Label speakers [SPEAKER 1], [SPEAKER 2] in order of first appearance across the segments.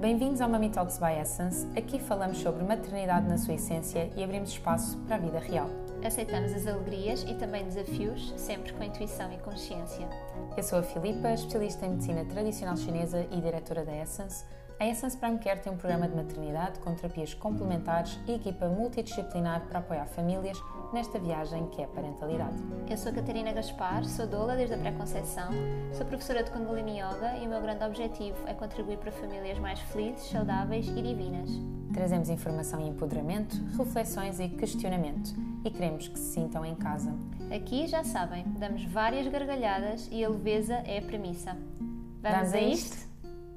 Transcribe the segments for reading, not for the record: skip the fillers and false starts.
[SPEAKER 1] Bem-vindos ao Mummy Talks by Essence. Aqui falamos sobre maternidade na sua essência e abrimos espaço para a vida real.
[SPEAKER 2] Aceitamos as alegrias e também desafios, sempre com intuição e consciência.
[SPEAKER 1] Eu sou a Filipa, especialista em medicina tradicional chinesa e diretora da Essence. A Essence Prime Care tem um programa de maternidade com terapias complementares e equipa multidisciplinar para apoiar famílias nesta viagem que é a parentalidade.
[SPEAKER 2] Eu sou a Catarina Gaspar, sou doula desde a pré-conceição, sou professora de Kundalini Yoga e o meu grande objetivo é contribuir para famílias mais felizes, saudáveis e divinas.
[SPEAKER 1] Trazemos informação e empoderamento, reflexões e questionamento e queremos que se sintam em casa.
[SPEAKER 2] Aqui, já sabem, damos várias gargalhadas e a leveza é a premissa. Vamos a isto?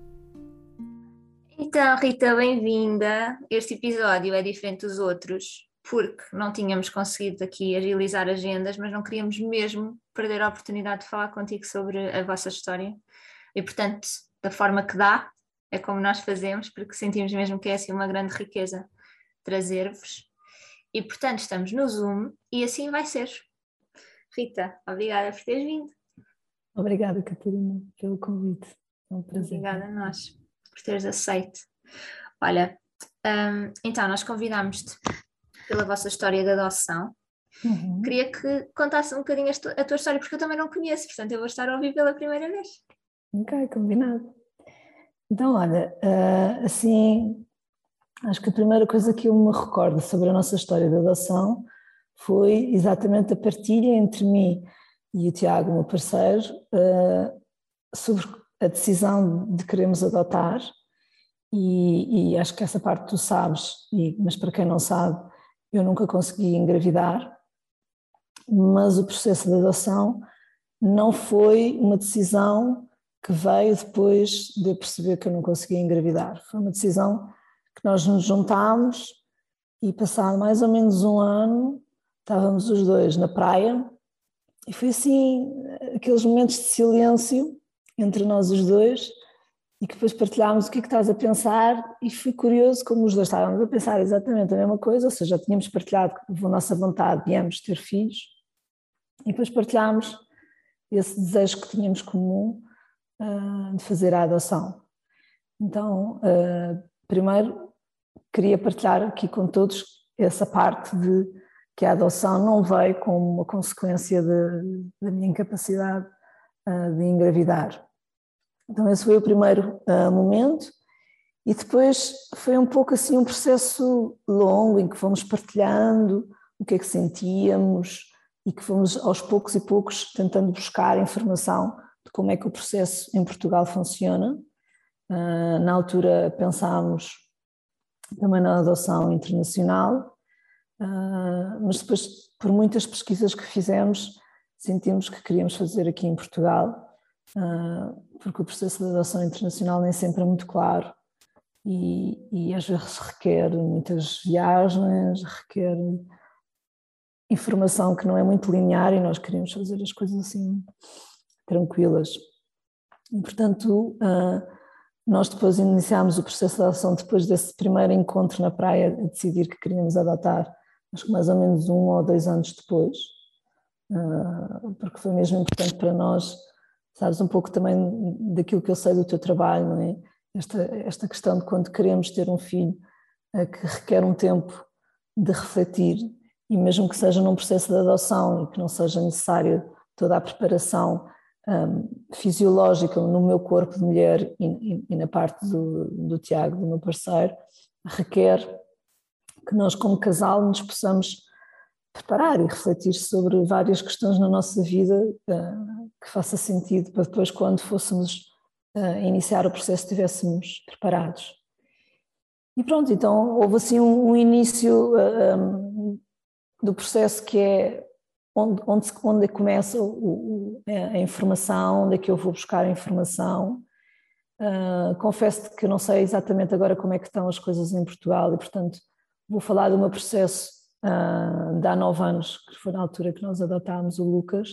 [SPEAKER 3] Então, Rita, bem-vinda. Este episódio é diferente dos outros porque não tínhamos conseguido aqui agilizar agendas, mas não queríamos mesmo perder a oportunidade de falar contigo sobre a vossa história. E, portanto, da forma que dá, é como nós fazemos, porque sentimos mesmo que é assim uma grande riqueza trazer-vos. E, portanto, estamos no Zoom e assim vai ser. Rita, obrigada por teres vindo.
[SPEAKER 4] Obrigada, Catarina, pelo convite. É um prazer.
[SPEAKER 3] Obrigada a nós por teres aceito. Olha, então nós convidámos-te pela vossa história de adoção. Queria que contasse um bocadinho a tua história, porque eu também não conheço, portanto eu vou estar a ouvir pela primeira vez.
[SPEAKER 4] Ok, combinado. Então, olha, assim, acho que a primeira coisa que eu me recordo sobre a nossa história de adoção foi exatamente a partilha entre mim e o Tiago, meu parceiro, sobre a decisão de queremos adotar, e acho que essa parte tu sabes, mas para quem não sabe, eu nunca consegui engravidar, mas o processo de adoção não foi uma decisão que veio depois de eu perceber que eu não conseguia engravidar. Foi uma decisão que nós nos juntámos e passado mais ou menos um ano estávamos os dois na praia e foi assim, aqueles momentos de silêncio entre nós os dois e que depois partilhámos o que é que estás a pensar e fui curioso como os dois estávamos a pensar exatamente a mesma coisa, ou seja, tínhamos partilhado a nossa vontade de ambos ter filhos e depois partilhámos esse desejo que tínhamos comum de fazer a adoção. Então, primeiro queria partilhar aqui com todos essa parte de que a adoção não veio como uma consequência da minha incapacidade de engravidar. Então esse foi o primeiro momento e depois foi um pouco assim um processo longo em que fomos partilhando o que é que sentíamos e que fomos aos poucos e poucos tentando buscar informação de como é que o processo em Portugal funciona. Na altura pensámos também na adoção internacional, mas depois por muitas pesquisas que fizemos sentimos que queríamos fazer aqui em Portugal, porque o processo de adoção internacional nem sempre é muito claro e às vezes requer muitas viagens, requer informação que não é muito linear e nós queríamos fazer as coisas assim tranquilas. E, portanto, nós depois iniciámos o processo de adoção depois desse primeiro encontro na praia a decidir que queríamos adotar, acho que mais ou menos 1 ou 2 anos depois, porque foi mesmo importante para nós. Sabes um pouco também daquilo que eu sei do teu trabalho, não é? Esta questão de quando queremos ter um filho que requer um tempo de refletir e mesmo que seja num processo de adoção e que não seja necessário toda a preparação fisiológica no meu corpo de mulher e na parte do Tiago, do meu parceiro, requer que nós como casal nos possamos preparar e refletir sobre várias questões na nossa vida que faça sentido para depois quando fôssemos iniciar o processo estivéssemos preparados. E pronto, então houve assim um início do processo que é onde começa a informação, onde é que eu vou buscar a informação. Confesso-te que eu não sei exatamente agora como é que estão as coisas em Portugal e portanto vou falar do meu processo de há 9 anos, que foi na altura que nós adotámos o Lucas,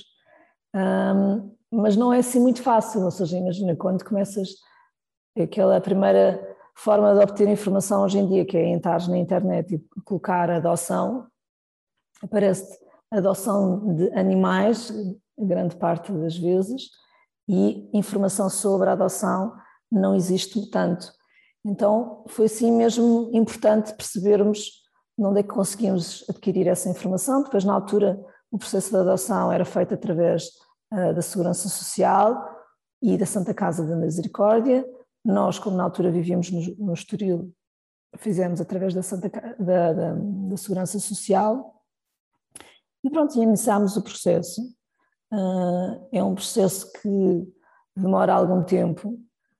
[SPEAKER 4] mas não é assim muito fácil, ou seja, imagina quando começas, aquela primeira forma de obter informação hoje em dia, que é entrar na internet e colocar adoção, aparece adoção de animais, grande parte das vezes, e informação sobre a adoção não existe tanto. Então foi assim mesmo importante percebermos de onde é que conseguimos adquirir essa informação. Depois, na altura, o processo de adoção era feito através da Segurança Social e da Santa Casa da Misericórdia. Nós, como na altura vivíamos no Estoril, fizemos através da Segurança Social e pronto, iniciámos o processo. É um processo que demora algum tempo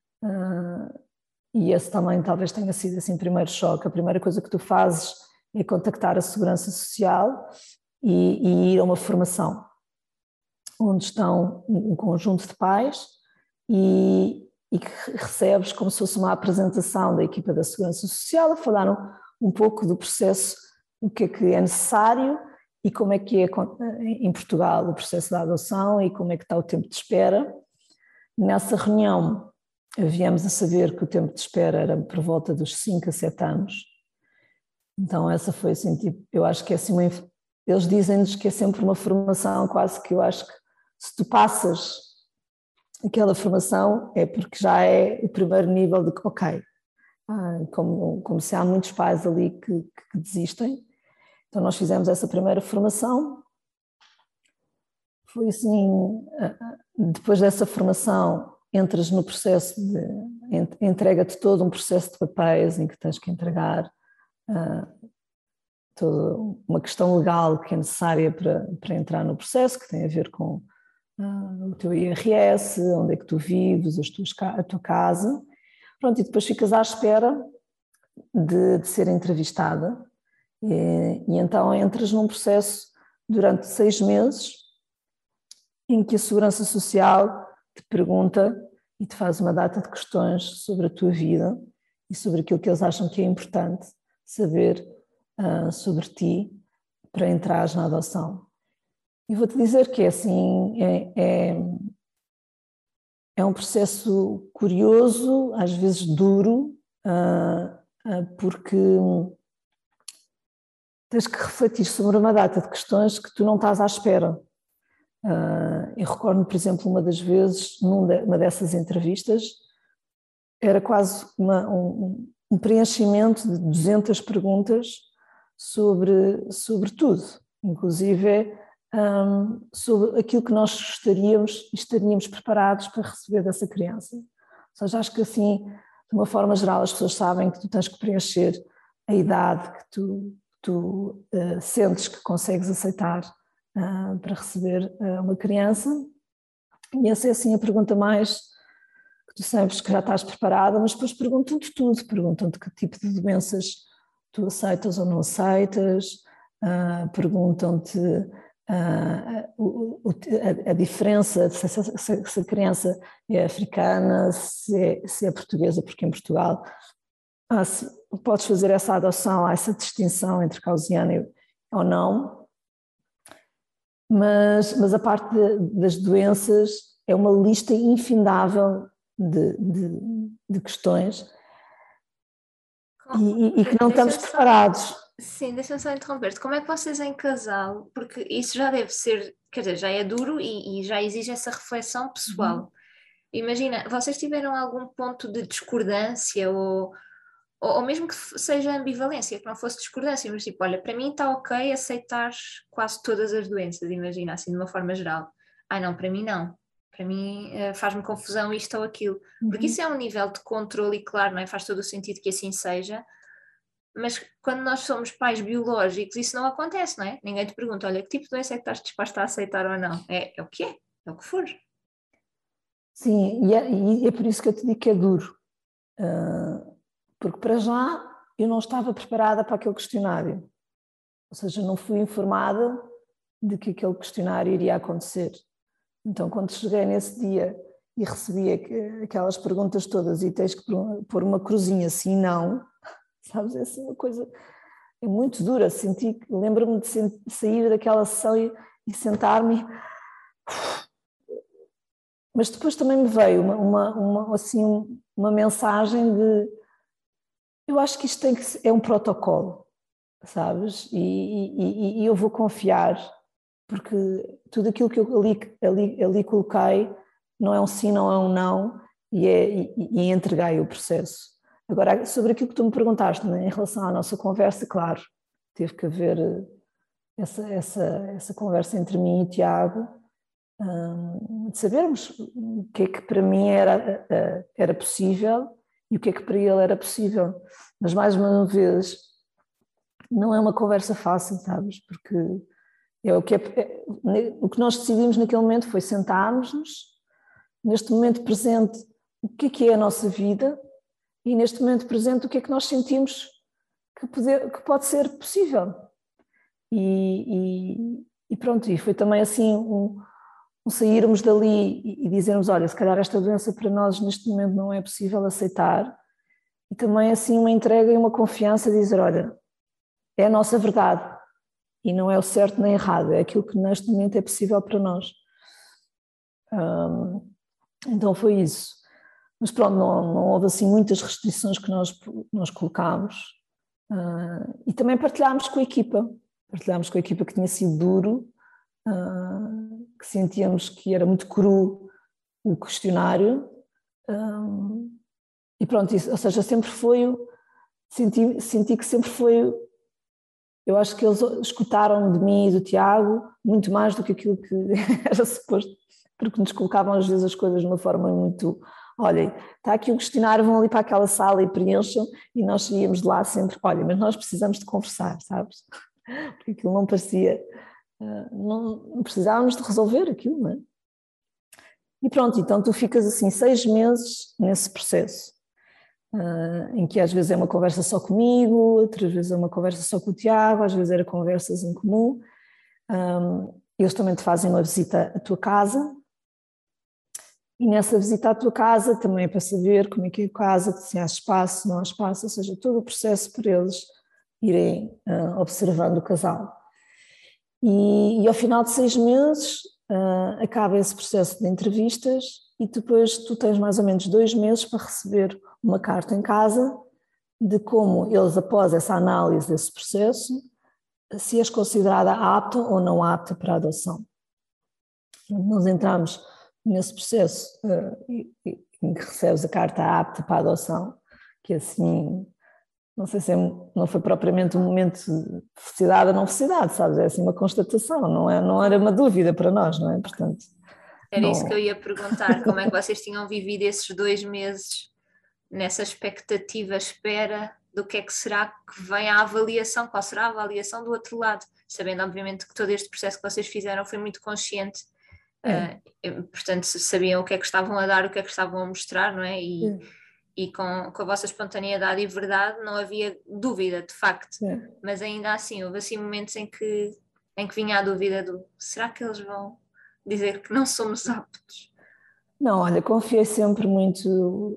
[SPEAKER 4] e esse também talvez tenha sido assim o primeiro choque. A primeira coisa que tu fazes é contactar a Segurança Social e ir a uma formação onde estão um conjunto de pais e que recebes como se fosse uma apresentação da equipa da Segurança Social a falar um pouco do processo, o que é necessário e como é que é em Portugal o processo da adoção e como é que está o tempo de espera. Nessa reunião viemos a saber que o tempo de espera era por volta dos 5 a 7 anos. Então essa foi assim, tipo, eu acho que é assim, eles dizem-nos que é sempre uma formação quase que eu acho que se tu passas aquela formação é porque já é o primeiro nível de que, ok, como se há muitos pais ali que desistem. Então nós fizemos essa primeira formação, foi assim, depois dessa formação entras no processo entrega-te todo um processo de papéis em que tens que entregar toda uma questão legal que é necessária para entrar no processo, que tem a ver com o teu IRS, onde é que tu vives, a tua casa. Pronto, e depois ficas à espera de ser entrevistada e então entras num processo durante 6 meses em que a Segurança Social te pergunta e te faz uma data de questões sobre a tua vida e sobre aquilo que eles acham que é importante saber sobre ti para entrares na adoção. E vou-te dizer que é assim, é um processo curioso, às vezes duro, porque tens que refletir sobre uma data de questões que tu não estás à espera. Eu recordo, por exemplo, uma das vezes, numa dessas entrevistas, era quase um preenchimento de 200 perguntas sobre tudo, inclusive sobre aquilo que nós gostaríamos e estaríamos preparados para receber dessa criança. Ou seja, acho que assim, de uma forma geral, as pessoas sabem que tu tens que preencher a idade que tu sentes que consegues aceitar para receber uma criança, e essa é assim a pergunta mais que tu sabes que já estás preparada, mas depois perguntam-te tudo, perguntam-te que tipo de doenças tu aceitas ou não aceitas, perguntam-te a diferença se a criança é africana, se é portuguesa, porque em Portugal podes fazer essa adoção, há essa distinção entre causiana ou não, mas a parte das doenças é uma lista infindável de questões e que não estamos preparados.
[SPEAKER 3] Sim, deixa-me só interromper-te. Como é que vocês em casal, porque isso já deve ser, quer dizer, já é duro e já exige essa reflexão pessoal. Imagina, vocês tiveram algum ponto de discordância ou mesmo que seja ambivalência, que não fosse discordância, mas tipo, olha, para mim está ok aceitar quase todas as doenças, imagina, assim, de uma forma geral. Não, para mim não. Para mim faz-me confusão isto ou aquilo. Porque isso é um nível de controle e claro, não é? Faz todo o sentido que assim seja. Mas quando nós somos pais biológicos, isso não acontece, não é? Ninguém te pergunta, olha, que tipo de doença é que estás disposta a aceitar ou não? É o que é o que for.
[SPEAKER 4] Sim, e é por isso que eu te digo que é duro. Porque para já eu não estava preparada para aquele questionário. Ou seja, não fui informada de que aquele questionário iria acontecer. Então, quando cheguei nesse dia e recebi aquelas perguntas todas e tens que pôr uma cruzinha sim, não, sabes, é assim uma coisa é muito dura. Lembro-me de sair daquela sessão e sentar-me, mas depois também me veio uma mensagem de eu acho que isto é um protocolo, sabes, e eu vou confiar, porque tudo aquilo que eu ali coloquei não é um sim, não é um não, e entreguei o processo. Agora, sobre aquilo que tu me perguntaste, né, em relação à nossa conversa, claro, teve que haver essa conversa entre mim e o Tiago, de sabermos o que é que para mim era possível e o que é que para ele era possível. Mas, mais uma vez, não é uma conversa fácil, sabes? Porque o que nós decidimos naquele momento foi sentarmos-nos, neste momento presente, o que é a nossa vida, e neste momento presente o que é que nós sentimos que pode ser possível. E pronto, e foi também assim um sairmos dali e dizermos, olha, se calhar esta doença para nós neste momento não é possível aceitar, e também assim uma entrega e uma confiança de dizer, olha, é a nossa verdade e não é o certo nem errado, é aquilo que neste momento é possível para nós. Então foi isso. Mas pronto, não houve assim muitas restrições que nós colocámos, e também partilhámos com a equipa que tinha sido duro, que sentíamos que era muito cru o questionário, e pronto, isso, ou seja, sempre foi, senti que sempre foi, eu acho que eles escutaram de mim e do Tiago muito mais do que aquilo que era suposto, porque nos colocavam às vezes as coisas de uma forma muito, olha, está aqui o questionário, vão ali para aquela sala e preencham, e nós saíamos de lá sempre, olha, mas nós precisamos de conversar, sabes? Porque aquilo não parecia, não precisávamos de resolver aquilo, não é? E pronto, então tu ficas assim 6 meses nesse processo, em que às vezes é uma conversa só comigo, outras vezes é uma conversa só com o Tiago, às vezes era conversas em comum. Eles também te fazem uma visita à tua casa, e nessa visita à tua casa também é para saber como é que é a casa, se há espaço, não há espaço, ou seja, todo o processo para eles irem observando o casal. E ao final de 6 meses acaba esse processo de entrevistas, e depois tu tens mais ou menos 2 meses para receber uma carta em casa de como eles, após essa análise desse processo, se és considerada apta ou não apta para a adoção. Nós entramos nesse processo em que recebes a carta apta para a adoção, que assim, não sei se não foi propriamente um momento de felicidade ou não felicidade, sabes? É assim uma constatação, não era uma dúvida para nós, não é? Portanto,
[SPEAKER 3] era isso que eu ia perguntar, como é que vocês tinham vivido esses 2 meses nessa expectativa, espera do que é que será que vem a avaliação, qual será a avaliação do outro lado, sabendo obviamente que todo este processo que vocês fizeram foi muito consciente, portanto sabiam o que é que estavam a dar, o que é que estavam a mostrar, não é? E com a vossa espontaneidade e verdade não havia dúvida, de facto, mas ainda assim houve assim momentos em que vinha a dúvida do, será que eles vão dizer que não somos aptos?
[SPEAKER 4] Não, olha, confiei sempre muito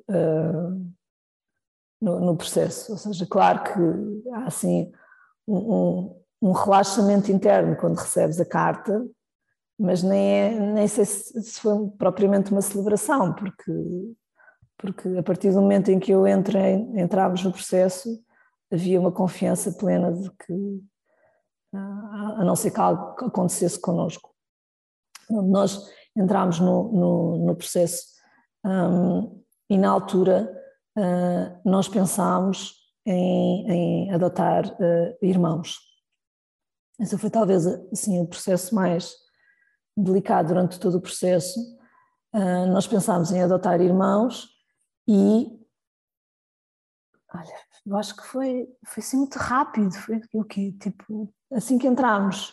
[SPEAKER 4] no processo, ou seja, claro que há assim um relaxamento interno quando recebes a carta, mas nem sei se foi propriamente uma celebração, porque a partir do momento em que eu entrávamos no processo, havia uma confiança plena de que, a não ser que algo acontecesse connosco. Nós entramos no processo, e na altura nós pensámos em adotar irmãos. Esse foi talvez assim, o processo mais delicado durante todo o processo. Nós pensámos em adotar irmãos e, olha, eu acho que foi assim muito rápido, foi o quê? Tipo, assim que entramos,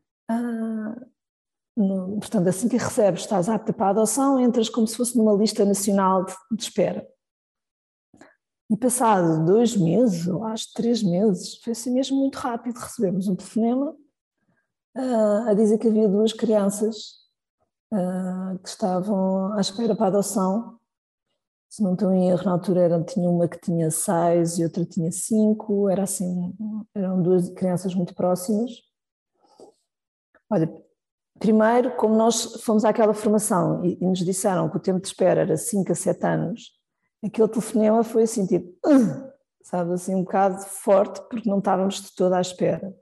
[SPEAKER 4] portanto, assim que recebes, estás apta para a adoção, entras como se fosse numa lista nacional de espera. E passado 2 meses, ou acho 3 meses, foi assim mesmo muito rápido, recebemos um telefonema a dizer que havia 2 crianças que estavam à espera para a adoção. Se não estou em erro, na altura tinha uma que tinha 6 e outra tinha 5, eram 2 crianças muito próximas. Olha, primeiro, como nós fomos àquela formação e nos disseram que o tempo de espera era 5 a 7 anos, aquele telefonema foi assim, tipo, sabe, assim um bocado forte, porque não estávamos de toda à espera.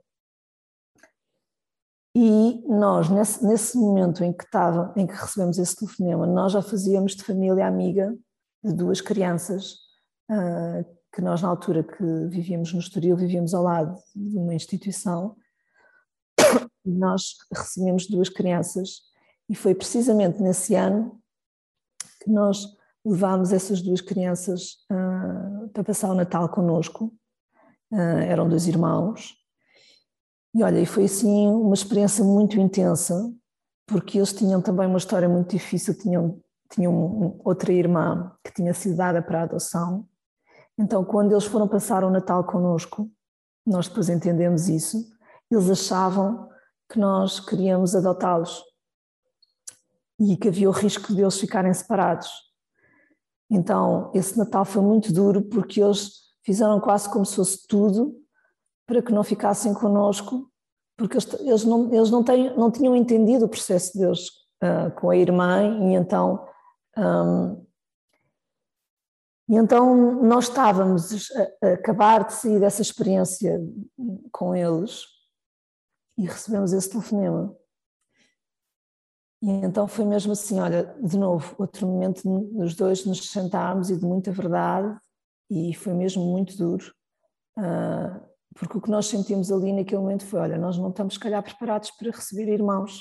[SPEAKER 4] E nós, nesse momento em que recebemos esse telefonema, nós já fazíamos de família amiga de 2 crianças que nós na altura que vivíamos no Estoril, vivíamos ao lado de uma instituição, e nós recebemos 2 crianças e foi precisamente nesse ano que nós levámos essas 2 crianças para passar o Natal connosco. Eram 2 irmãos e olha, e foi assim uma experiência muito intensa, porque eles tinham também uma história muito difícil, tinham outra irmã que tinha sido dada para a adoção. Então quando eles foram passar o Natal connosco, nós depois entendemos isso, eles achavam que nós queríamos adotá-los e que havia o risco de eles ficarem separados. Então esse Natal foi muito duro, porque eles fizeram quase como se fosse tudo para que não ficassem connosco, porque eles não tinham entendido o processo deles com a irmã, e então nós estávamos a acabar de sair dessa experiência com eles e recebemos esse telefonema. E então foi mesmo assim, olha, de novo, outro momento, os 2 nos sentámos e de muita verdade, e foi mesmo muito duro, porque o que nós sentimos ali naquele momento foi, olha, nós não estamos se calhar preparados para receber irmãos,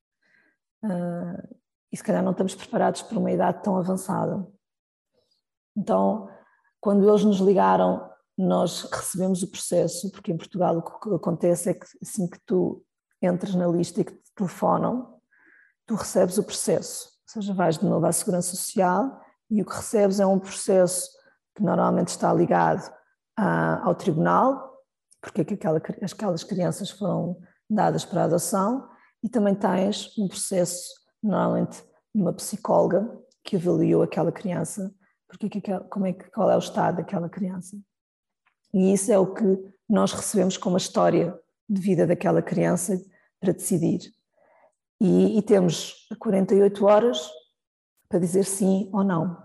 [SPEAKER 4] e se calhar não estamos preparados para uma idade tão avançada. Então, quando eles nos ligaram, nós recebemos o processo, porque em Portugal o que acontece é que assim que tu entras na lista e que te telefonam, tu recebes o processo, ou seja, vais de novo à Segurança Social e o que recebes é um processo que normalmente está ligado ao tribunal, porque aquelas crianças foram dadas para adoção, e também tens um processo, normalmente, de uma psicóloga que avaliou aquela criança, qual é o estado daquela criança. E isso é o que nós recebemos como a história de vida daquela criança para decidir. E temos 48 horas para dizer sim ou não.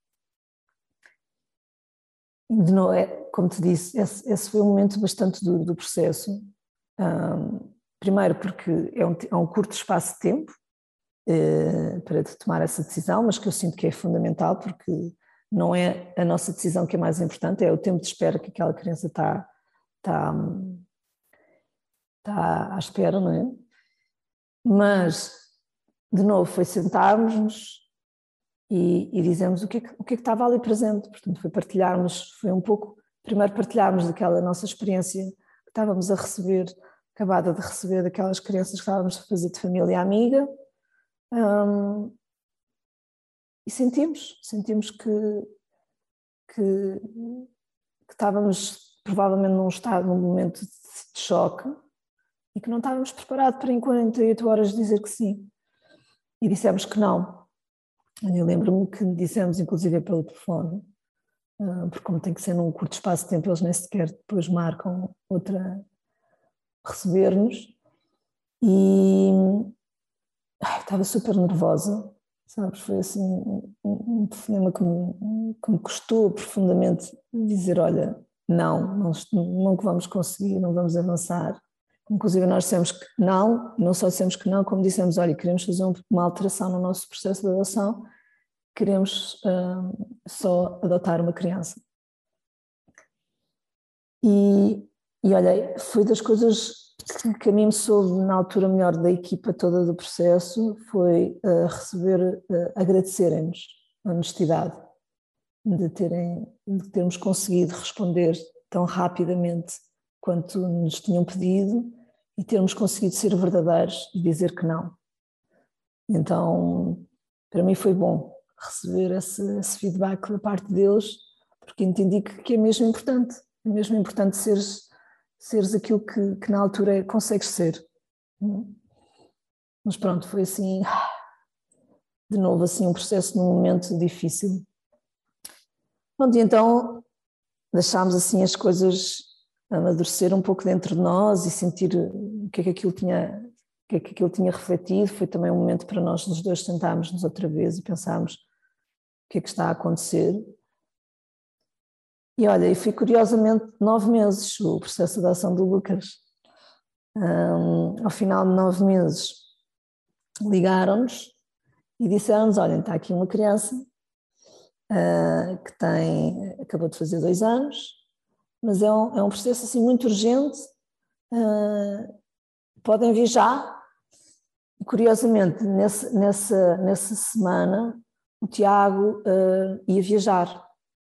[SPEAKER 4] De novo, como te disse, esse foi um momento bastante duro do processo. Primeiro porque é um curto espaço de tempo para tomar essa decisão, mas que eu sinto que é fundamental, porque não é a nossa decisão que é mais importante, é o tempo de espera que aquela criança está à espera, não é? Mas, de novo, foi sentarmos-nos e dizemos o que é que estava ali presente. Portanto, primeiro partilharmos daquela nossa experiência que estávamos a receber, acabada de receber daquelas crianças que estávamos a fazer de família amiga, e sentimos que estávamos provavelmente num momento de choque e que não estávamos preparados para em 48 horas dizer que sim. E dissemos que não. Eu lembro-me que dissemos, inclusive pelo telefone, porque como tem que ser num curto espaço de tempo, eles nem sequer depois marcam outra receber-nos, e estava super nervosa, sabes? Foi assim um telefonema que me custou profundamente dizer, olha, não vamos conseguir, não vamos avançar. Inclusive nós dissemos que não só dissemos que não, como dissemos, olha, queremos fazer uma alteração no nosso processo de adoção, queremos só adotar uma criança. E olha, foi das coisas que a mim me soube na altura melhor da equipa toda do processo, foi agradecerem-nos a honestidade de termos conseguido responder tão rapidamente quanto nos tinham pedido e termos conseguido ser verdadeiros e dizer que não. Então, para mim foi bom receber esse feedback da parte deles, porque entendi que é mesmo importante seres aquilo que na altura consegues ser. Mas pronto, foi assim, de novo, assim, um processo num momento difícil. Pronto, e então deixámos assim as coisas amadurecer um pouco dentro de nós e sentir o que é que aquilo tinha refletido. Foi também um momento para nós os dois sentarmos-nos outra vez e pensarmos o que é que está a acontecer. E olha, e foi curiosamente 9 meses o processo de adoção do Lucas. Ao final de 9 meses ligaram-nos e disseram-nos, olha, está aqui uma criança que tem acabou de fazer 2 anos, mas é um processo assim muito urgente, podem vir já. Curiosamente, nessa semana, o Tiago ia viajar.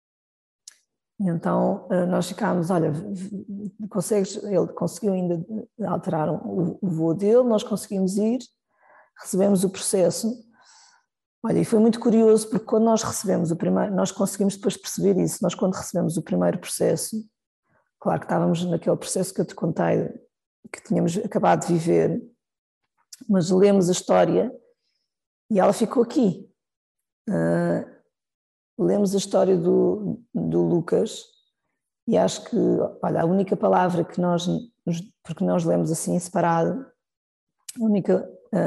[SPEAKER 4] Então nós ficámos, olha, ele conseguiu ainda alterar o voo dele, nós conseguimos ir, recebemos o processo. Olha, e foi muito curioso, porque quando nós recebemos o primeiro, nós conseguimos depois perceber isso, nós quando recebemos o primeiro processo, claro que estávamos naquele processo que eu te contei, que tínhamos acabado de viver, mas lemos a história e ela ficou aqui. Lemos a história do Lucas e acho que, olha, a única palavra que porque nós lemos assim separado, a única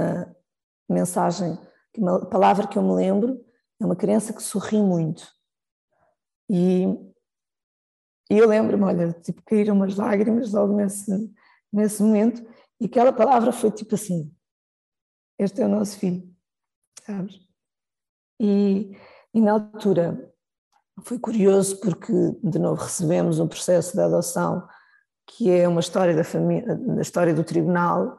[SPEAKER 4] palavra que eu me lembro é uma criança que sorri muito. E eu lembro-me, olha, tipo, caíram umas lágrimas logo nesse momento, e aquela palavra foi tipo assim: este é o nosso filho, sabes? E na altura foi curioso porque, de novo, recebemos um processo de adoção que é uma história da família, da história do tribunal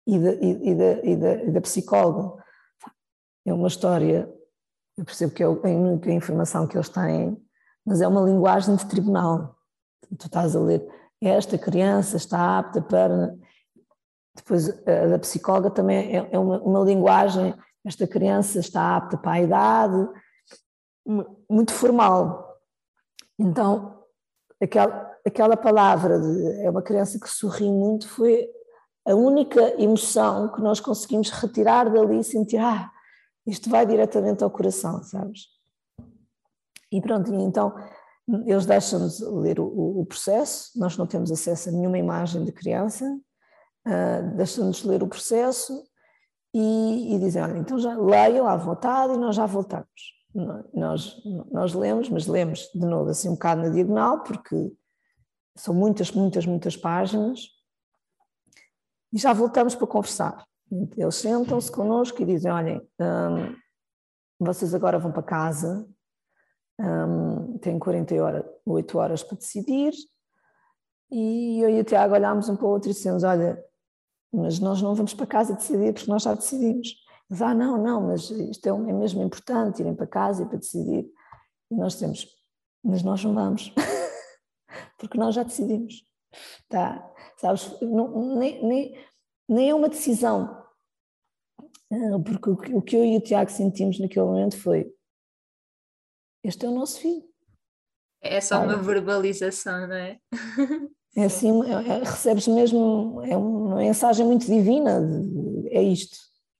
[SPEAKER 4] e da psicóloga. É uma história, eu percebo que é a única informação que eles têm, mas é uma linguagem de tribunal. Tu estás a ler, esta criança está apta para... Depois a da psicóloga também é uma linguagem, esta criança está apta para a idade, muito formal. Então, aquela palavra é uma criança que sorri muito foi a única emoção que nós conseguimos retirar dali e sentir, isto vai diretamente ao coração, sabes? E pronto, então eles deixam-nos ler o processo, nós não temos acesso a nenhuma imagem de criança, deixam-nos ler o processo e dizem, olha, então já leiam à vontade e nós já voltamos. Nós lemos, mas lemos de novo assim um bocado na diagonal, porque são muitas páginas, e já voltamos para conversar. Eles sentam-se connosco e dizem, olhem, vocês agora vão para casa, têm 48 horas para decidir, e eu e o Tiago olhámos um para o outro e dissemos, olha, mas nós não vamos para casa decidir porque nós já decidimos. Eles, não, mas isto é mesmo importante, irem para casa e para decidir. E nós dissemos, mas nós não vamos, porque nós já decidimos. Tá? Sabes, nem é uma decisão, porque o que eu e o Tiago sentimos naquele momento foi, este é o nosso filho.
[SPEAKER 3] É só uma verbalização, não é?
[SPEAKER 4] É assim, recebes mesmo, é uma mensagem muito divina, é isto.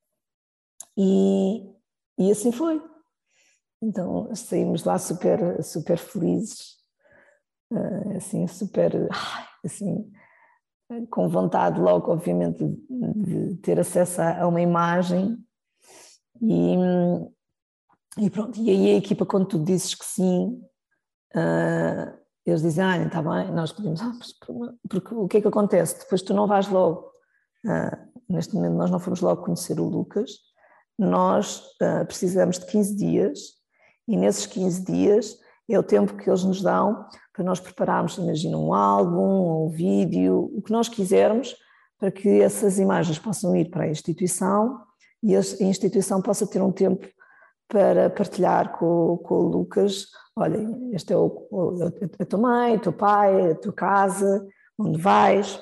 [SPEAKER 4] E assim foi. Então saímos lá super felizes, assim, assim, com vontade logo, obviamente, de ter acesso a uma imagem. E pronto, e aí a equipa, quando tu dizes que sim, eles dizem, está bem, nós pedimos, porque o que é que acontece? Depois tu não vais logo, neste momento nós não fomos logo conhecer o Lucas, nós precisamos de 15 dias, e nesses 15 dias é o tempo que eles nos dão para nós prepararmos, imagina, um álbum, um vídeo, o que nós quisermos, para que essas imagens possam ir para a instituição e a instituição possa ter um tempo para partilhar com o Lucas, olha, este é a tua mãe, o teu pai, a tua casa, onde vais.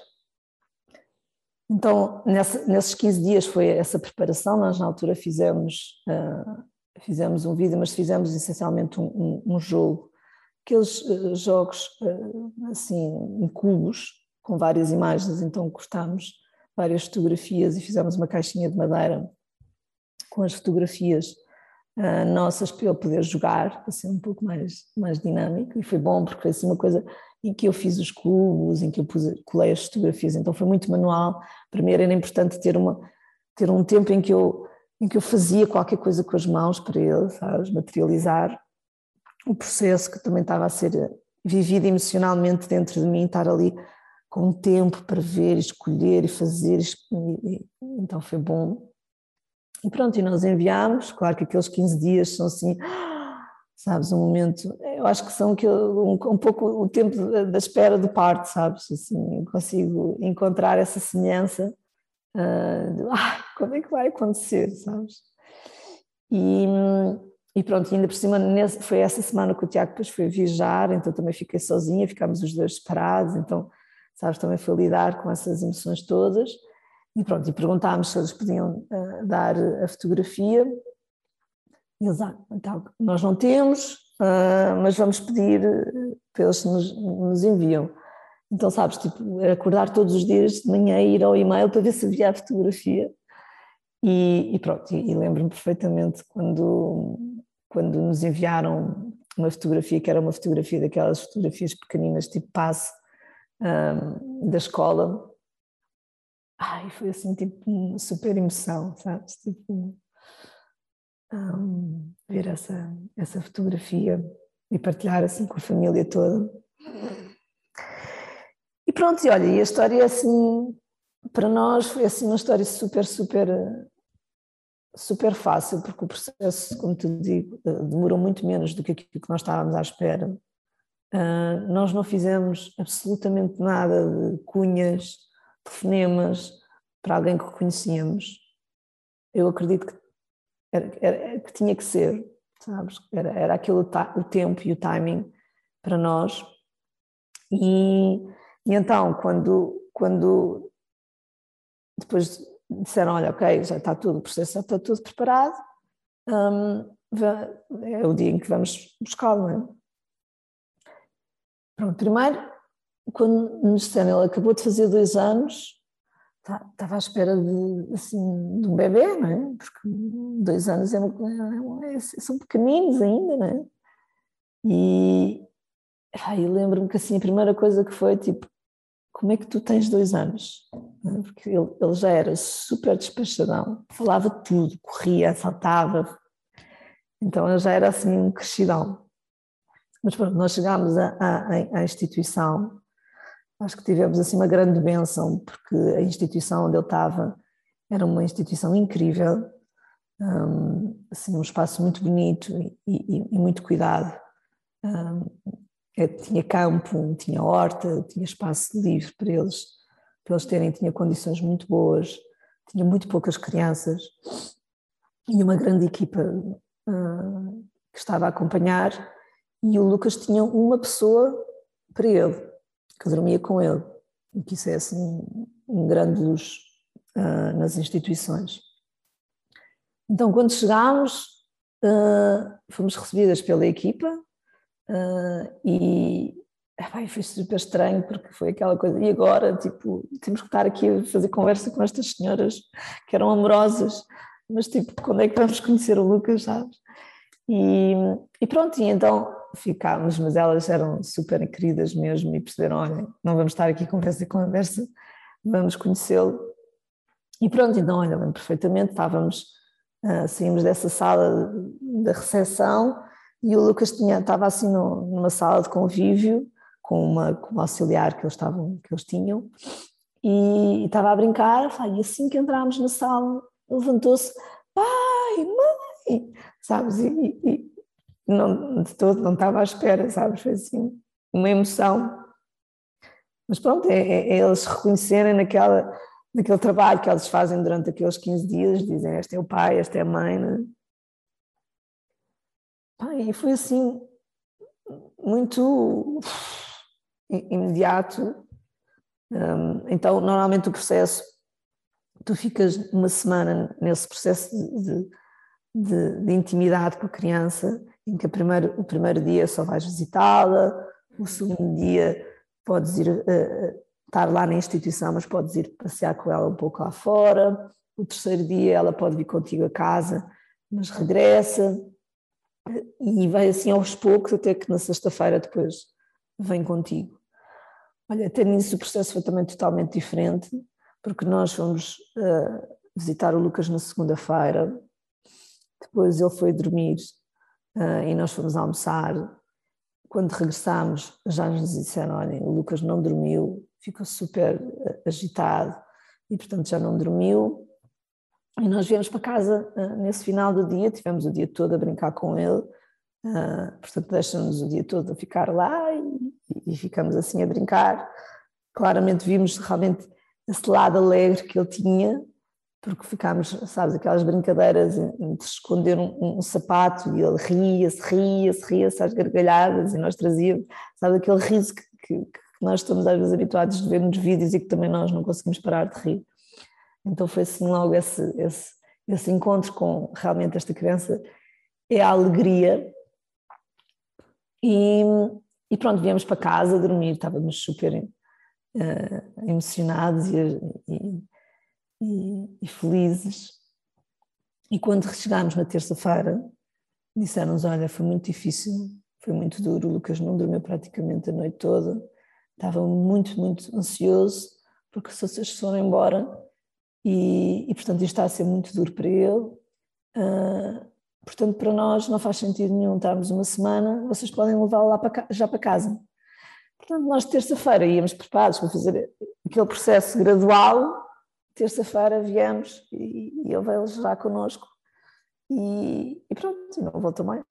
[SPEAKER 4] Então, nesses 15 dias foi essa preparação, nós na altura fizemos um vídeo, mas fizemos essencialmente um jogo, aqueles jogos assim, em cubos, com várias imagens, então cortámos várias fotografias e fizemos uma caixinha de madeira com as fotografias nossas para ele poder jogar, para ser um pouco mais dinâmico, e foi bom porque foi assim uma coisa em que eu fiz os cubos, em que eu colei as fotografias, então foi muito manual. Para mim era importante ter um tempo em que eu fazia qualquer coisa com as mãos para ele, sabes, materializar o processo que também estava a ser vivido emocionalmente dentro de mim, estar ali com um tempo para ver, escolher e fazer, então foi bom. E pronto, e nós enviámos, claro que aqueles 15 dias são assim, sabes, um momento, eu acho que são um pouco o tempo da espera do parto, sabes, assim, eu consigo encontrar essa semelhança quando é que vai acontecer, sabes? E pronto, ainda por cima, foi essa semana que o Tiago depois foi viajar, então também fiquei sozinha, ficámos os dois separados, então, sabes, também foi lidar com essas emoções todas. E pronto, e perguntámos se eles podiam dar a fotografia. E eles, então, nós não temos, mas vamos pedir para eles nos enviam. Então, sabes, tipo, acordar todos os dias de manhã e ir ao e-mail para ver se havia a fotografia. E pronto, e lembro-me perfeitamente quando nos enviaram uma fotografia, que era uma fotografia daquelas fotografias pequeninas, tipo passe, da escola. Foi assim, tipo, uma super emoção, sabes? Tipo, ver essa fotografia e partilhar assim com a família toda. E pronto, e olha, e a história assim, para nós foi assim uma história super, super, super fácil, porque o processo, como te digo, demorou muito menos do que aquilo que nós estávamos à espera. Nós não fizemos absolutamente nada de cunhas, telefonemas para alguém que conhecíamos. Eu acredito que tinha que ser, sabes? Era aquilo o tempo e o timing para nós. E então, quando depois disseram, olha, ok, já está tudo, o processo já está tudo preparado, é o dia em que vamos buscá-lo, não é? Pronto, primeiro, quando nos disseram, ele acabou de fazer 2 anos, estava à espera de um bebê, não é? Porque 2 anos são pequeninos ainda, não é? E lembro-me que assim, a primeira coisa que foi, tipo, como é que tu tens 2 anos? Porque ele já era super despachadão, falava tudo, corria, saltava, então ele já era assim um crescidão. Mas pronto, nós chegámos à instituição, acho que tivemos assim uma grande bênção, porque a instituição onde ele estava era uma instituição incrível, assim, um espaço muito bonito e muito cuidado. Tinha campo, tinha horta, tinha espaço livre para eles terem, tinha condições muito boas, tinha muito poucas crianças e uma grande equipa que estava a acompanhar, e o Lucas tinha uma pessoa para ele, que dormia com ele, e que isso é assim um grande luxo nas instituições. Então, quando chegámos, fomos recebidas pela equipa, e foi super estranho, porque foi aquela coisa, e agora, tipo, temos que estar aqui a fazer conversa com estas senhoras que eram amorosas, mas tipo, quando é que vamos conhecer o Lucas, sabes? E pronto, e então ficámos, mas elas eram super queridas mesmo e perceberam, olha, não vamos estar aqui conversa, vamos conhecê-lo. E pronto, então, olha, bem, perfeitamente, saímos dessa sala da recepção e o Lucas estava assim numa sala de convívio com uma auxiliar que eles tinham, e estava a brincar, e assim que entrámos na sala, levantou-se, pai, mãe, sabes, e não, de todo não estava à espera, sabes, foi assim uma emoção. Mas pronto, é eles reconhecerem naquele trabalho que eles fazem durante aqueles 15 dias, dizem, este é o pai, esta é a mãe, né? E foi assim muito imediato. Então, normalmente o processo, tu ficas uma semana nesse processo de intimidade com a criança, em que o primeiro dia só vais visitá-la, o segundo dia podes ir estar lá na instituição, mas podes ir passear com ela um pouco lá fora, o terceiro dia ela pode vir contigo a casa, mas regressa, e vai assim aos poucos, até que na sexta-feira depois vem contigo. Olha, até nisso o processo foi também totalmente diferente, porque nós fomos visitar o Lucas na segunda-feira, depois ele foi dormir e nós fomos almoçar. Quando regressámos já nos disseram, olhem, o Lucas não dormiu, ficou super agitado e portanto já não dormiu. E nós viemos para casa nesse final do dia, tivemos o dia todo a brincar com ele, Portanto, deixam-nos o dia todo a ficar lá e ficamos assim a brincar. Claramente vimos realmente esse lado alegre que ele tinha, porque ficámos, sabes, aquelas brincadeiras de esconder um sapato e ele ria-se às gargalhadas e nós trazíamos, sabe, aquele riso que nós estamos às vezes habituados de ver nos vídeos e que também nós não conseguimos parar de rir. Então foi assim logo esse encontro com realmente esta criança, é a alegria. E pronto, viemos para casa dormir, estávamos super emocionados e felizes. E quando chegámos na terça-feira, disseram-nos, olha, foi muito difícil, foi muito duro, o Lucas não dormiu praticamente a noite toda, estava muito, muito ansioso, porque se vocês foram embora, e portanto isto está a ser muito duro para ele, portanto para nós não faz sentido nenhum estarmos uma semana, vocês podem levá-lo lá já para casa. Portanto, nós terça-feira íamos preparados para fazer aquele processo gradual, terça-feira viemos e ele veio já connosco e pronto, e não voltou mais.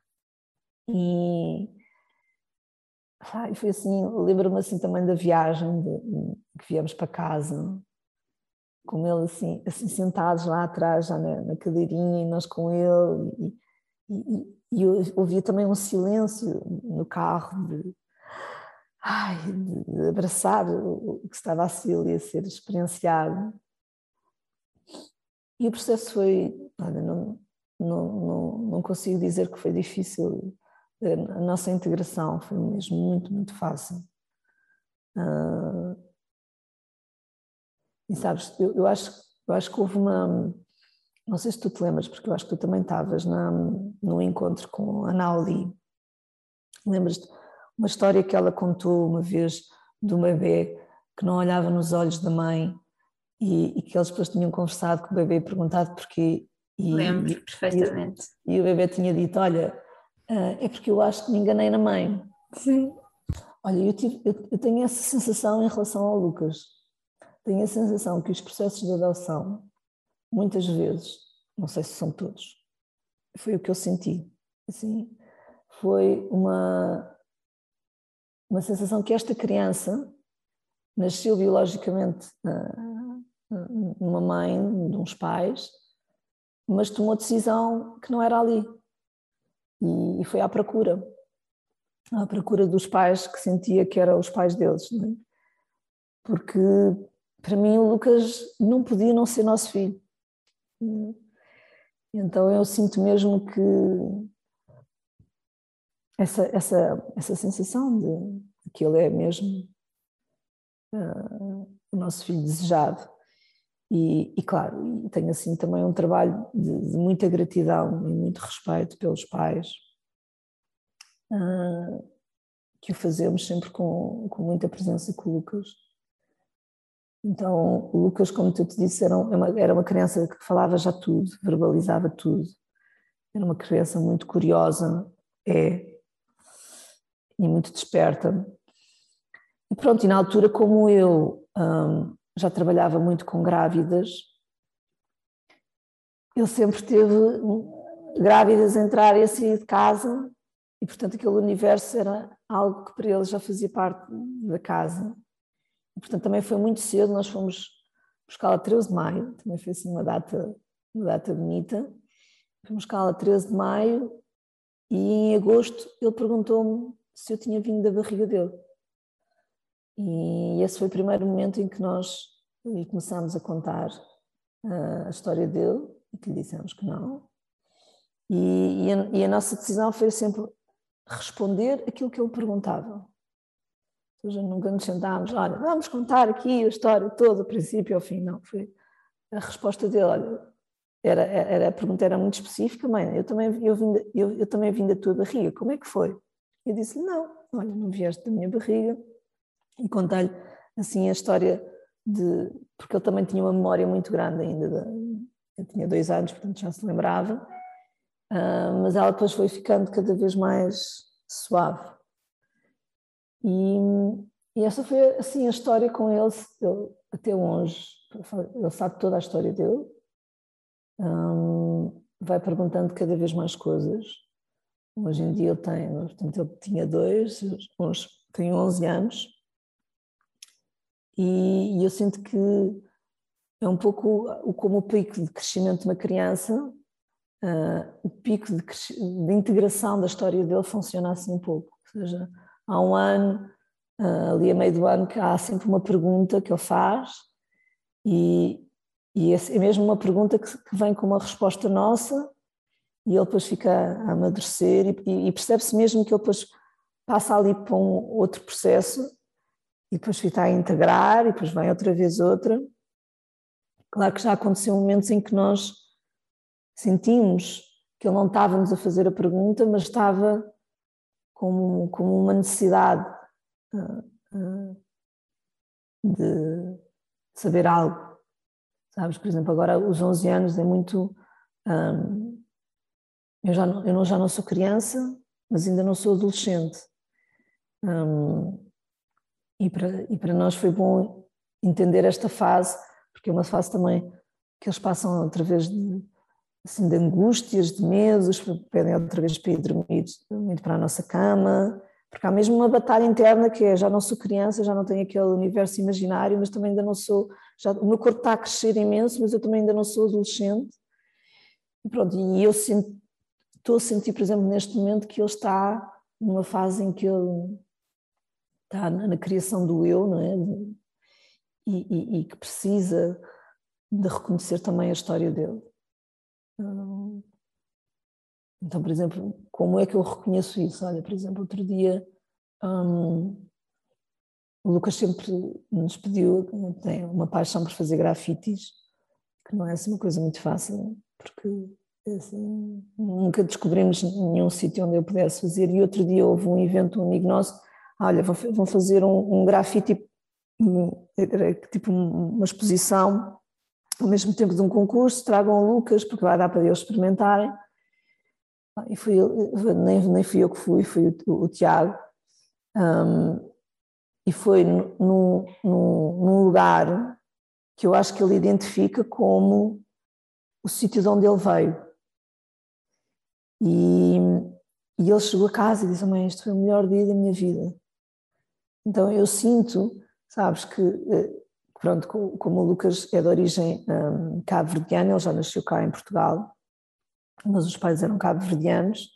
[SPEAKER 4] E foi assim, lembro-me assim também da viagem que viemos para casa, com ele assim sentados lá atrás, já na cadeirinha, e nós com ele, e eu ouvia também um silêncio no carro de abraçar o que estava a ser ali a ser experienciado. E o processo foi, olha, não consigo dizer que foi difícil, a nossa integração foi mesmo muito, muito fácil. E sabes, eu acho que houve não sei se tu te lembras, porque eu acho que tu também estavas no encontro com a Nauli. Lembras-te uma história que ela contou uma vez de um bebê que não olhava nos olhos da mãe e que eles depois tinham conversado com o bebê e perguntado porquê.
[SPEAKER 3] Lembro perfeitamente.
[SPEAKER 4] E o bebê tinha dito, olha, é porque eu acho que me enganei na mãe.
[SPEAKER 3] Sim.
[SPEAKER 4] Olha, eu tenho essa sensação em relação ao Lucas. Tenho a sensação que os processos de adoção, muitas vezes, não sei se são todos, foi o que eu senti. Assim, foi uma sensação que esta criança nasceu biologicamente numa mãe, de uns pais, mas tomou decisão que não era ali. E foi à procura dos pais que sentia que eram os pais deles. Não é? Porque, para mim, o Lucas não podia não ser nosso filho. Então eu sinto mesmo que essa sensação de que ele é mesmo o nosso filho desejado. E claro, tenho assim também um trabalho de muita gratidão e muito respeito pelos pais, que o fazemos sempre com muita presença com o Lucas. Então o Lucas, como tu te disse, era uma criança que falava já tudo, verbalizava tudo, era uma criança muito curiosa, e muito desperta. E pronto, e na altura, como eu já trabalhava muito com grávidas, ele sempre teve grávidas a entrar e a sair de casa, e portanto aquele universo era algo que para ele já fazia parte da casa. E portanto também foi muito cedo, nós fomos buscá-la 13 de maio, também foi assim uma data bonita, fomos buscá-la 13 de maio, e em agosto ele perguntou-me se eu tinha vindo da barriga dele. E esse foi o primeiro momento em que nós começámos a contar a história dele e que lhe dissemos que não. E a nossa decisão foi sempre responder aquilo que ele perguntava. Ou seja, nunca nos sentámos, olha, vamos contar aqui a história toda, do princípio ao fim. Não, foi a resposta dele, olha, a pergunta era muito específica, mãe, eu também vim da tua barriga, como é que foi? Eu disse-lhe, não, olha, não vieste da minha barriga. E contei-lhe assim a história porque ele também tinha uma memória muito grande ainda, eu tinha 2 anos, portanto já se lembrava, mas ela depois foi ficando cada vez mais suave. E essa foi assim a história com ele até hoje. Ele sabe toda a história dele, vai perguntando cada vez mais coisas, Hoje em dia portanto, ele tinha 2, hoje tem 11 anos, e eu sinto que é um pouco como o pico de crescimento de uma criança, o pico de integração da história dele funciona assim um pouco. Ou seja, há um ano, ali a meio do ano, que há sempre uma pergunta que ele faz, e é mesmo uma pergunta que vem com uma resposta nossa, e ele depois fica a amadurecer, e percebe-se mesmo que ele depois passa ali para um outro processo, e depois fica a integrar, e depois vem outra vez outra. Claro que já aconteceu momentos em que nós sentimos que ele não estava-nos a fazer a pergunta, mas estava como uma necessidade de saber algo. Sabes, por exemplo, agora os 11 anos é muito... eu já não sou criança, mas ainda não sou adolescente. E para nós foi bom entender esta fase, porque é uma fase também que eles passam através de angústias, de medos, pedem outra vez para ir dormir para a nossa cama, porque há mesmo uma batalha interna que é: já não sou criança, já não tenho aquele universo imaginário, mas também ainda não sou, o meu corpo está a crescer imenso, mas eu também ainda não sou adolescente. E pronto, e eu estou a sentir, por exemplo, neste momento, que ele está numa fase em que ele está na criação do eu, não é? E que precisa de reconhecer também a história dele. Então, por exemplo, como é que eu reconheço isso? Olha, por exemplo, outro dia o Lucas sempre nos pediu, tem uma paixão por fazer grafites, que não é assim uma coisa muito fácil, porque assim, nunca descobrimos nenhum sítio onde eu pudesse fazer, e outro dia houve um evento, um amigo nosso, olha, vão fazer um grafite, tipo uma exposição, ao mesmo tempo de um concurso, tragam o Lucas, porque vai dar para eles experimentarem. E nem fui eu que fui, foi o Tiago, e foi num lugar que eu acho que ele identifica como o sítio de onde ele veio. E ele chegou a casa e disse: mãe, este foi o melhor dia da minha vida. Então eu sinto, sabes, que pronto, como o Lucas é de origem cabo-verdiana, ele já nasceu cá em Portugal, mas os pais eram cabo-verdianos.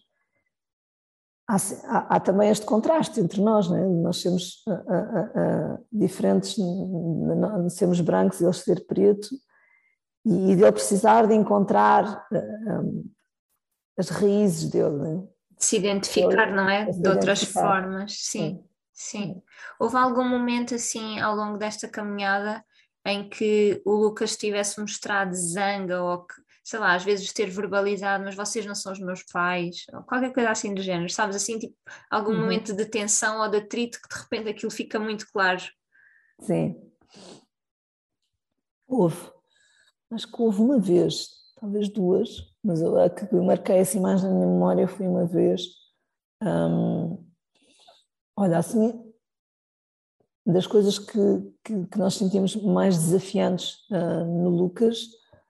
[SPEAKER 4] Há também este contraste entre nós, não é? Nós sermos diferentes, sermos brancos e ele ser preto, e dele precisar de encontrar as raízes dele, não é?
[SPEAKER 3] De se identificar, não é? De outras formas, sim. Houve algum momento assim ao longo desta caminhada em que o Lucas tivesse mostrado zanga, ou que, sei lá, às vezes ter verbalizado: mas vocês não são os meus pais, ou qualquer coisa assim do género, sabes, assim, tipo, algum momento de tensão ou de atrito que de repente aquilo fica muito claro?
[SPEAKER 4] Sim. Houve. Acho que houve uma vez, talvez duas, mas a que eu marquei assim mais na minha memória foi uma vez. Olha, assim, das coisas que nós sentimos mais desafiantes no Lucas,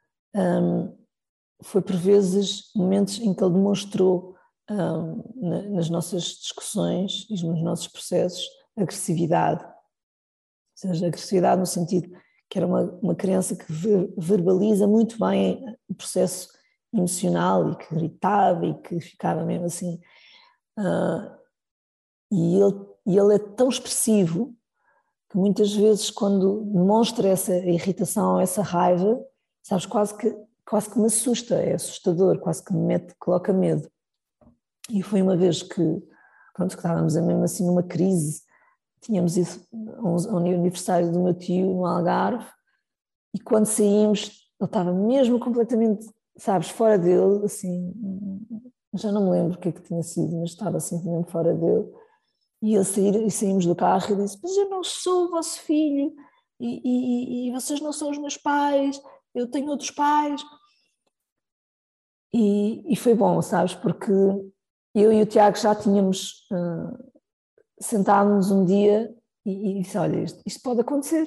[SPEAKER 4] foi por vezes momentos em que ele demonstrou nas nossas discussões e nos nossos processos agressividade. Ou seja, agressividade no sentido que era uma criança que verbaliza muito bem o processo emocional, e que gritava e que ficava mesmo assim. E ele é tão expressivo que muitas vezes, quando demonstra essa irritação, essa raiva, sabes, quase que me assusta, é assustador, quase que coloca medo. E foi uma vez que estávamos mesmo assim numa crise, tínhamos ido ao aniversário do meu tio no Algarve, e quando saímos ele estava mesmo completamente, sabes, fora dele, assim, já não me lembro o que é que tinha sido, mas estava assim mesmo fora dele. E saímos do carro e disse: mas eu não sou o vosso filho, e vocês não são os meus pais, eu tenho outros pais. E foi bom, sabes, porque eu e o Tiago já tínhamos sentado-nos um dia e disse: olha, isto pode acontecer.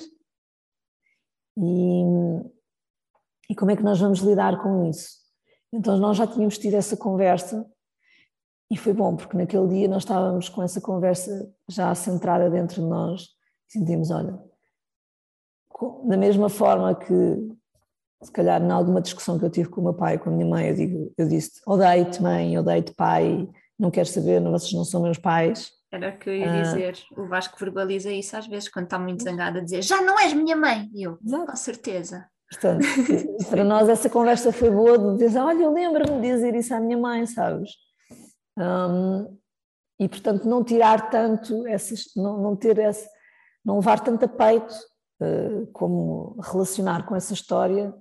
[SPEAKER 4] E como é que nós vamos lidar com isso? Então nós já tínhamos tido essa conversa, E foi bom, porque naquele dia nós estávamos com essa conversa já centrada dentro de nós e sentimos, olha, da mesma forma que, se calhar, em alguma discussão que eu tive com o meu pai, com a minha mãe, eu disse, odeio-te mãe, odeio-te pai, não quero saber, vocês não são meus pais.
[SPEAKER 3] Era o que eu ia dizer, o Vasco verbaliza isso às vezes quando está muito zangado a dizer, já não és minha mãe, e eu, com certeza.
[SPEAKER 4] Portanto, para nós essa conversa foi boa de dizer, olha, eu lembro-me de dizer isso à minha mãe, sabes? E portanto não tirar tanto não levar tanto a peito como relacionar com essa história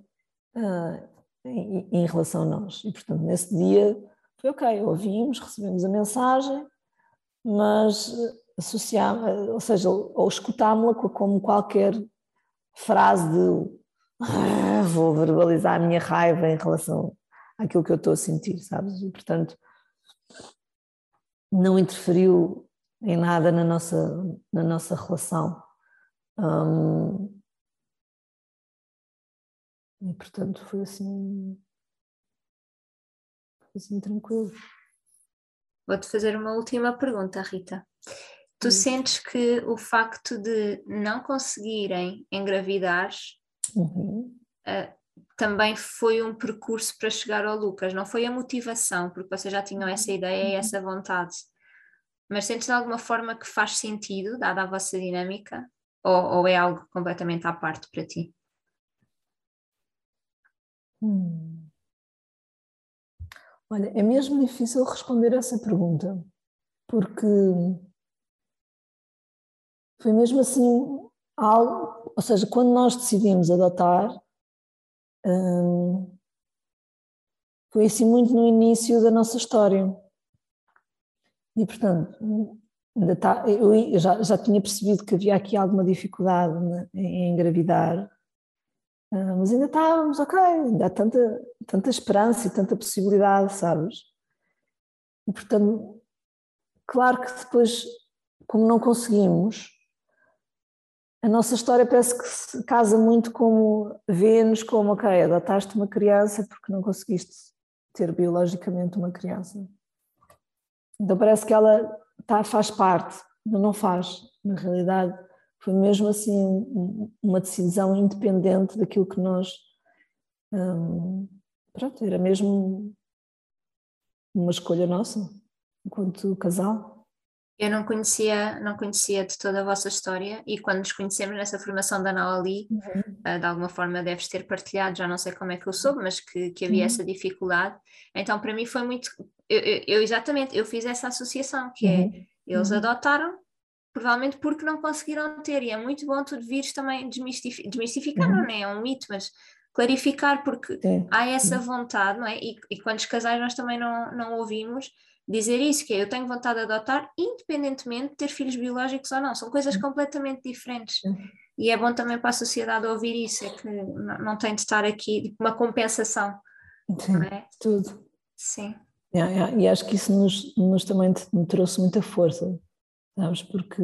[SPEAKER 4] em relação a nós. E portanto nesse dia foi ok, ouvimos, recebemos a mensagem, mas associámos, ou seja, ou escutámos-la como qualquer frase de vou verbalizar a minha raiva em relação àquilo que eu estou a sentir, sabes? E portanto não interferiu em nada na nossa relação. E portanto foi assim tranquilo.
[SPEAKER 3] Vou-te fazer uma última pergunta, Rita. Tu sentes que o facto de não conseguirem engravidar também foi um percurso para chegar ao Lucas, não foi a motivação, porque vocês já tinham essa ideia e essa vontade, mas sentes de alguma forma que faz sentido, dada a vossa dinâmica, ou é algo completamente à parte para ti?
[SPEAKER 4] Olha, é mesmo difícil responder essa pergunta, porque foi mesmo assim algo, ou seja, quando nós decidimos adotar, foi assim muito no início da nossa história. E portanto, eu já tinha percebido que havia aqui alguma dificuldade em engravidar, mas ainda estávamos, ok, ainda há tanta esperança e tanta possibilidade, sabes? E portanto, claro que depois, como não conseguimos, a nossa história parece que se casa muito como, vê-nos como, ok, adotaste uma criança porque não conseguiste ter biologicamente uma criança. Então parece que ela faz parte, mas não faz. Na realidade, foi mesmo assim uma decisão independente daquilo que nós... pronto, era mesmo uma escolha nossa, enquanto casal.
[SPEAKER 3] Eu não conhecia de toda a vossa história, e quando nos conhecemos nessa formação da Naoli, de alguma forma deves ter partilhado, já não sei como é que eu soube, mas que havia essa dificuldade. Então para mim foi muito... exatamente, eu fiz essa associação, que é, eles adotaram, provavelmente porque não conseguiram ter, e é muito bom tu vires também desmistificar, não é um mito, mas clarificar, porque há essa vontade, não é? E quantos casais nós também não ouvimos dizer isso, que é, eu tenho vontade de adotar, independentemente de ter filhos biológicos ou não, são coisas completamente diferentes. E é bom também para a sociedade ouvir isso, é que não tem de estar aqui tipo, uma compensação, não é?
[SPEAKER 4] Tudo.
[SPEAKER 3] Sim.
[SPEAKER 4] E acho que isso nos também me trouxe muita força, sabes, porque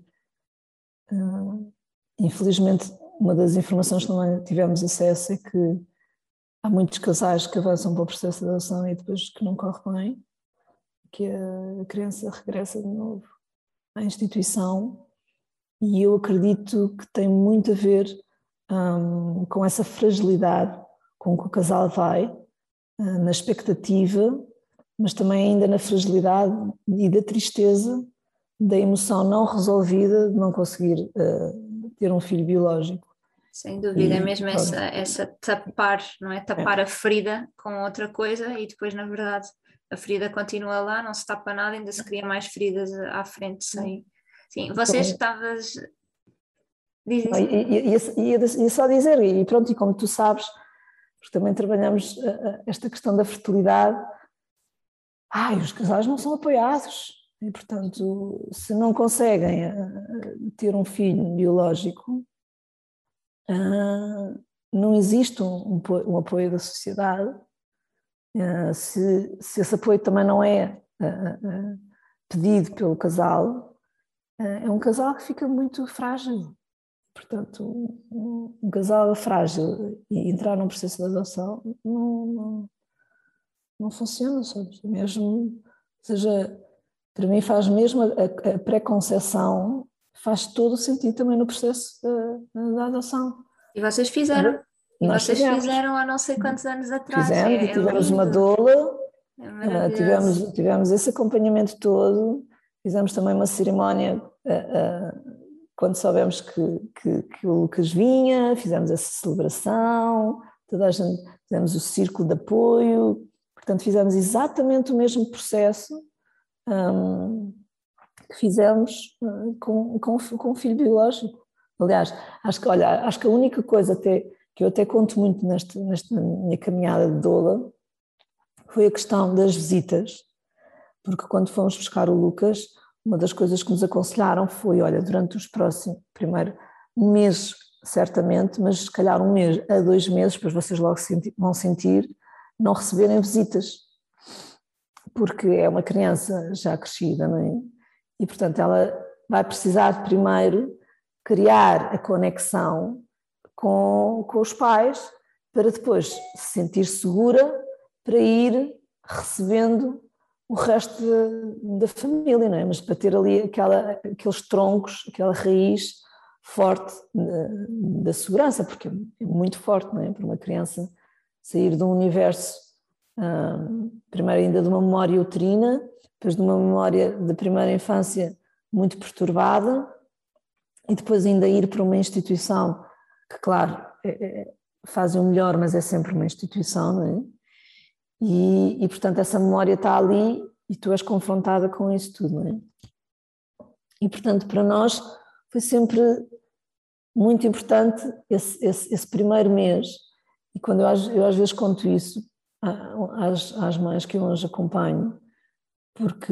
[SPEAKER 4] infelizmente uma das informações que também tivemos acesso é que há muitos casais que avançam para o processo de adoção e depois que não corre bem, que a criança regressa de novo à instituição, e eu acredito que tem muito a ver com essa fragilidade com que o casal vai, na expectativa, mas também ainda na fragilidade e da tristeza da emoção não resolvida de não conseguir ter um filho biológico.
[SPEAKER 3] Sem dúvida, é mesmo essa tapar, não é? Tapar a ferida com outra coisa, e depois, na verdade, a ferida continua lá, não se tapa nada, ainda se cria mais feridas à frente. Sim, vocês estavas...
[SPEAKER 4] Ia só dizer, e pronto, e como tu sabes, porque também trabalhamos esta questão da fertilidade, os casais não são apoiados, e portanto, se não conseguem ter um filho biológico, não existe um apoio da sociedade. Se esse apoio também não é pedido pelo casal, é um casal que fica muito frágil. Portanto, um casal frágil e entrar num processo de adoção não funciona, sabes? Mesmo seja, para mim faz mesmo a pré-conceição, faz todo o sentido também no processo da adoção.
[SPEAKER 3] E vocês fizeram. E
[SPEAKER 4] Nós
[SPEAKER 3] vocês
[SPEAKER 4] fizemos.
[SPEAKER 3] fizeram há não sei quantos anos atrás.
[SPEAKER 4] Fizemos e
[SPEAKER 3] É
[SPEAKER 4] tivemos uma
[SPEAKER 3] lindo.
[SPEAKER 4] doula,
[SPEAKER 3] É maravilhoso.
[SPEAKER 4] tivemos esse acompanhamento todo, fizemos também uma cerimónia quando soubemos que o Lucas vinha, fizemos essa celebração, toda a gente, fizemos o círculo de apoio, portanto fizemos exatamente o mesmo processo que fizemos com o filho biológico. Aliás, acho que a única coisa que eu até conto muito nesta minha caminhada de doula foi a questão das visitas, porque quando fomos buscar o Lucas, uma das coisas que nos aconselharam foi, olha, durante os próximos, primeiro um mês certamente, mas se calhar 1 mês a 2 meses, depois vocês logo vão sentir, não receberem visitas, porque é uma criança já crescida, não é? E portanto ela vai precisar primeiro criar a conexão com os pais para depois se sentir segura para ir recebendo o resto da família, não é? Mas para ter ali aqueles troncos, aquela raiz forte da segurança, porque é muito forte, não é? Para uma criança sair de um universo, primeiro ainda de uma memória uterina, depois de uma memória da primeira infância muito perturbada, e depois ainda ir para uma instituição que, claro, fazem o melhor, mas é sempre uma instituição, não é? E portanto essa memória está ali e tu és confrontada com isso tudo, não é? E portanto para nós foi sempre muito importante esse primeiro mês, e quando eu às vezes conto isso às mães que eu hoje acompanho, porque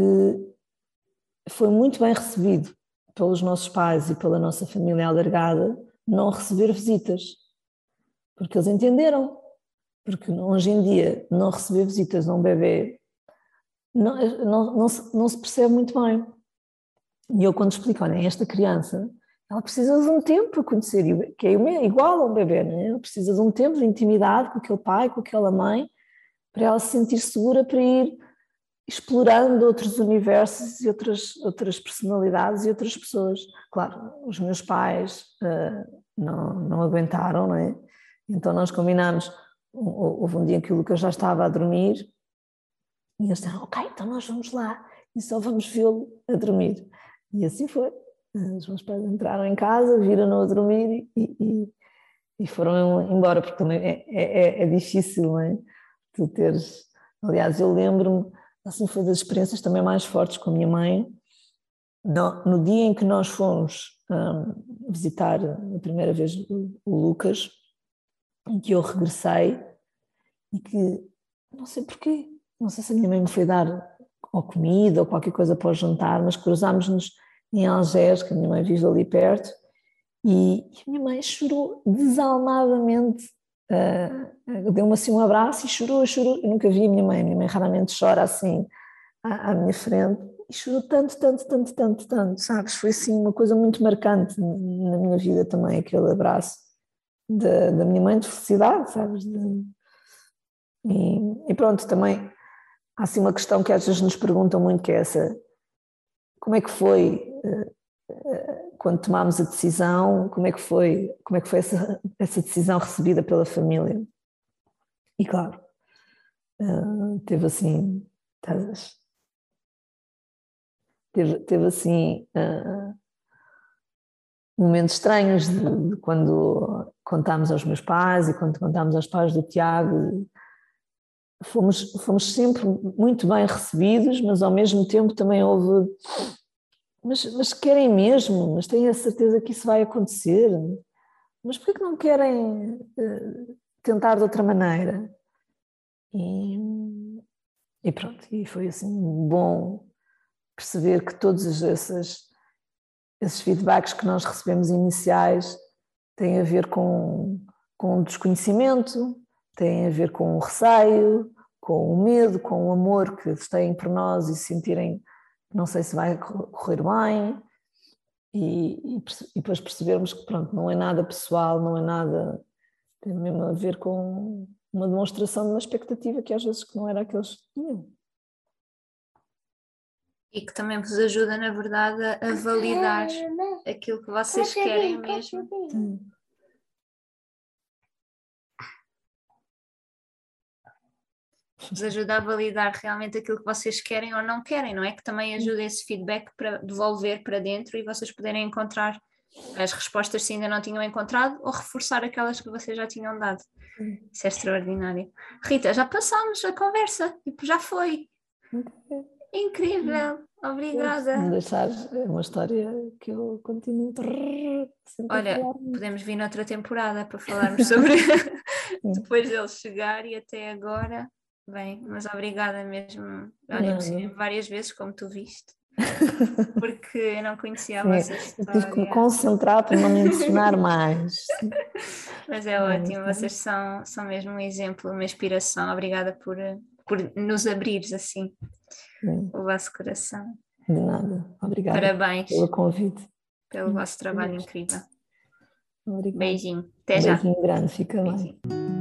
[SPEAKER 4] foi muito bem recebido pelos nossos pais e pela nossa família alargada não receber visitas, porque eles entenderam. Porque hoje em dia não receber visitas a um bebê não se percebe muito bem. E eu quando explico, olha, esta criança, ela precisa de um tempo para conhecer, que é igual a um bebê, não é? Ela precisa de um tempo de intimidade com aquele pai, com aquela mãe, para ela se sentir segura para ir explorando outros universos e outras personalidades e outras pessoas. Claro, os meus pais não aguentaram, não é? Então nós combinámos. Houve um dia em que o Lucas já estava a dormir e eles disseram, ok, então nós vamos lá e só vamos vê-lo a dormir. E assim foi. Os meus pais entraram em casa, viram-no a dormir e foram embora, porque também é difícil, não é? Tu teres... Aliás, eu lembro-me, assim foi das experiências também mais fortes com a minha mãe, no dia em que nós fomos visitar a primeira vez o Lucas, em que eu regressei e que, não sei porquê, não sei se a minha mãe me foi dar ou comida ou qualquer coisa para o jantar, mas cruzámos-nos em Algés, que a minha mãe vive ali perto, e a minha mãe chorou desalmadamente, deu-me assim um abraço e chorou. Eu nunca vi a minha mãe raramente chora assim à minha frente, e chorou tanto, sabes? Foi assim uma coisa muito marcante na minha vida também, aquele abraço da minha mãe de felicidade, sabes? E pronto, também há assim uma questão que às vezes nos perguntam muito, que é essa: como é que foi quando tomámos a decisão, como é que foi essa decisão recebida pela família? E claro, teve assim, teve assim momentos estranhos de quando contámos aos meus pais e quando contámos aos pais do Tiago. Fomos sempre muito bem recebidos, mas ao mesmo tempo também houve, mas querem mesmo, mas têm a certeza que isso vai acontecer, mas por que não querem tentar de outra maneira? E pronto, e foi assim bom perceber que todos esses feedbacks que nós recebemos iniciais têm a ver com o desconhecimento, têm a ver com o receio, com o medo, com o amor que eles têm por nós e sentirem que não sei se vai correr bem, e depois percebermos que pronto, não é nada pessoal, não é nada, tem mesmo a ver com uma demonstração de uma expectativa que às vezes que não era aqueles que tinham.
[SPEAKER 3] E que também vos ajuda, na verdade, a validar aquilo que vocês querem mesmo. Vos ajuda a validar realmente aquilo que vocês querem ou não querem, não é? Que também ajuda esse feedback para devolver para dentro e vocês poderem encontrar as respostas se ainda não tinham encontrado ou reforçar aquelas que vocês já tinham dado. Isso é extraordinário. Rita, já passámos a conversa, tipo, já foi. Incrível, obrigada.
[SPEAKER 4] Se me deixares, é uma história que eu continuo sempre
[SPEAKER 3] Olha,
[SPEAKER 4] a falar.
[SPEAKER 3] podemos vir noutra temporada para falarmos sobre depois dele chegar e até agora. Bem, mas obrigada mesmo. Olha, eu precisei várias vezes, como tu viste, porque eu não conhecia a vossa história.
[SPEAKER 4] Tive que me concentrar para não me emocionar mais.
[SPEAKER 3] Mas é ótimo, vocês são mesmo um exemplo, uma inspiração. Obrigada por nos abrires assim o vosso coração.
[SPEAKER 4] De nada, obrigada.
[SPEAKER 3] Parabéns
[SPEAKER 4] pelo convite.
[SPEAKER 3] Pelo vosso trabalho incrível.
[SPEAKER 4] Obrigada.
[SPEAKER 3] Beijinho, até já.
[SPEAKER 4] Beijinho grande, fica
[SPEAKER 3] Beijinho.
[SPEAKER 4] bem.